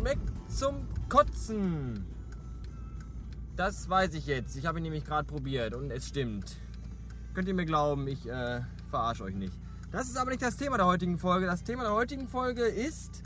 schmeckt zum Kotzen. Das weiß ich jetzt. Ich habe ihn nämlich gerade probiert und es stimmt. Könnt ihr mir glauben, ich verarsche euch nicht. Das ist aber nicht das Thema der heutigen Folge. Das Thema der heutigen Folge ist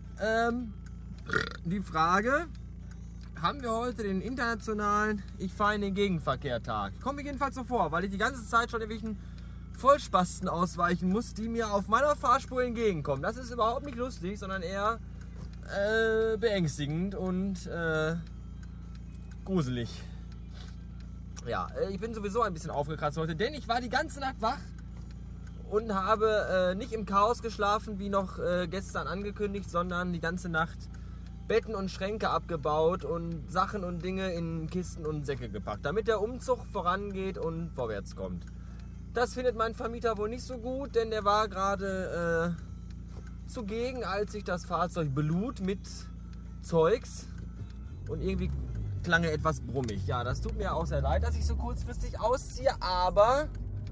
die Frage, haben wir heute den internationalen Ich fahre in den Gegenverkehr-Tag? Kommt mir jedenfalls so vor, weil ich die ganze Zeit schon irgendwelchen Vollspasten ausweichen muss, die mir auf meiner Fahrspur entgegenkommen. Das ist überhaupt nicht lustig, sondern eher beängstigend und gruselig. Ja, ich bin sowieso ein bisschen aufgekratzt heute, denn ich war die ganze Nacht wach und habe nicht im Chaos geschlafen, wie noch gestern angekündigt, sondern die ganze Nacht Betten und Schränke abgebaut und Sachen und Dinge in Kisten und Säcke gepackt, damit der Umzug vorangeht und vorwärts kommt. Das findet mein Vermieter wohl nicht so gut, denn der war gerade zugegen, als ich das Fahrzeug belud mit Zeugs und irgendwie klang er etwas brummig. Ja, das tut mir auch sehr leid, dass ich so kurzfristig ausziehe, aber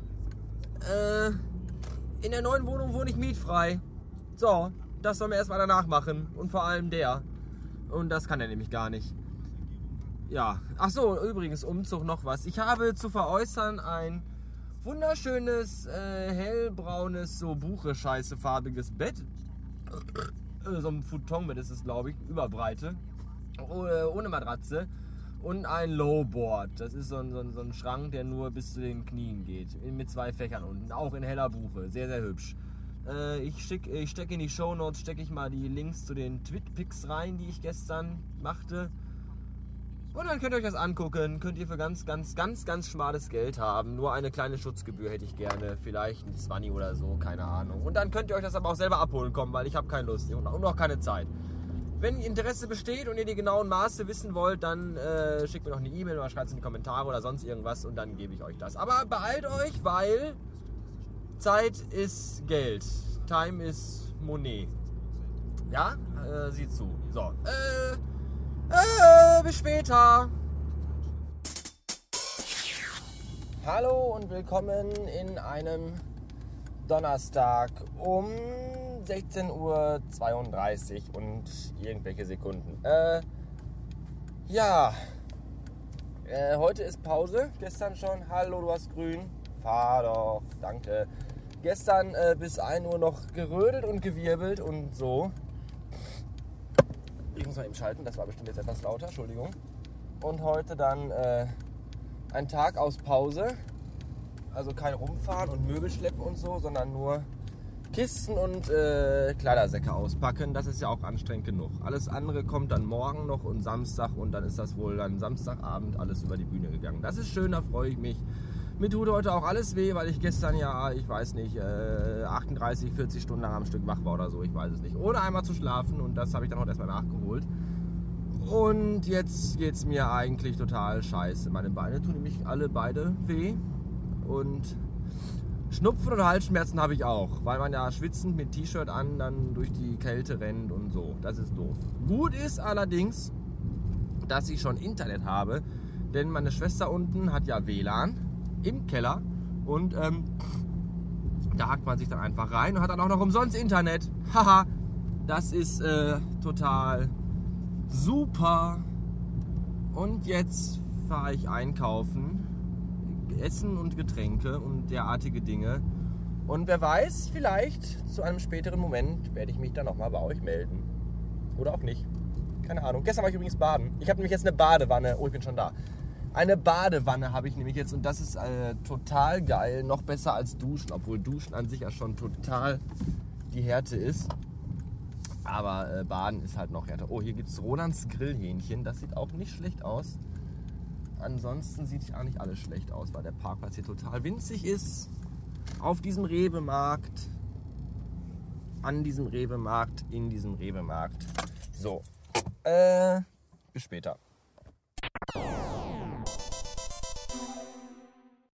in der neuen Wohnung wohne ich mietfrei. So, das sollen wir erstmal danach machen und vor allem der. Und das kann er nämlich gar nicht. Ja, ach so, übrigens, Umzug noch was. Ich habe zu veräußern ein wunderschönes, hellbraunes, so Buche-Scheiße-farbiges Bett. So ein Futonbett ist es, glaube ich, Überbreite. Ohne Matratze. Und ein Lowboard. Das ist so ein Schrank, der nur bis zu den Knien geht. Mit 2 Fächern unten. Auch in heller Buche. Sehr, sehr hübsch. Ich stecke in die Shownotes, stecke ich mal die Links zu den Twitpics rein, die ich gestern machte. Und dann könnt ihr euch das angucken. Könnt ihr für ganz schmales Geld haben. Nur eine kleine Schutzgebühr hätte ich gerne. Vielleicht ein 20 oder so, keine Ahnung. Und dann könnt ihr euch das aber auch selber abholen kommen, weil ich habe keine Lust und auch keine Zeit. Wenn Interesse besteht und ihr die genauen Maße wissen wollt, dann schickt mir noch eine E-Mail oder schreibt es in die Kommentare oder sonst irgendwas und dann gebe ich euch das. Aber beeilt euch, weil Zeit ist Geld. Time is Money. Ja? Sieht zu. So. Bis später. Hallo und willkommen in einem Donnerstag um 16:32 Uhr und irgendwelche Sekunden. Heute ist Pause. Gestern schon. Hallo, du hast grün. Fahr doch. Danke. Gestern bis 1 Uhr noch gerödelt und gewirbelt und so. Ich muss mal eben schalten, das war bestimmt jetzt etwas lauter, Entschuldigung. Und heute dann ein Tag aus Pause. Also kein Rumfahren und Möbel schleppen und so, sondern nur Kisten und Kleidersäcke auspacken. Das ist ja auch anstrengend genug. Alles andere kommt dann morgen noch und Samstag und dann ist das wohl dann Samstagabend alles über die Bühne gegangen. Das ist schön, da freue ich mich. Mir tut heute auch alles weh, weil ich gestern ja, ich weiß nicht, 38, 40 Stunden lang am Stück wach war oder so, ich weiß es nicht. Ohne einmal zu schlafen und das habe ich dann heute erstmal nachgeholt. Und jetzt geht es mir eigentlich total scheiße. Meine Beine tun nämlich alle beide weh und Schnupfen und Halsschmerzen habe ich auch, weil man ja schwitzend mit T-Shirt an dann durch die Kälte rennt und so. Das ist doof. Gut ist allerdings, dass ich schon Internet habe, denn meine Schwester unten hat ja WLAN im Keller und da hackt man sich dann einfach rein und hat dann auch noch umsonst Internet. Haha, das ist total super. Und jetzt fahre ich einkaufen, Essen und Getränke und derartige Dinge. Und wer weiß, vielleicht zu einem späteren Moment werde ich mich dann nochmal bei euch melden. Oder auch nicht. Keine Ahnung. Gestern war ich übrigens baden. Ich habe nämlich jetzt eine Badewanne. Oh, ich bin schon da. Eine Badewanne habe ich nämlich jetzt und das ist total geil. Noch besser als Duschen, obwohl Duschen an sich ja schon total die Härte ist. Aber Baden ist halt noch härter. Oh, hier gibt es Ronans Grillhähnchen. Das sieht auch nicht schlecht aus. Ansonsten sieht ja nicht alles schlecht aus, weil der Parkplatz hier total winzig ist. Auf diesem Rewe-Markt. An diesem Rewe-Markt. In diesem Rewe-Markt. So. Bis später.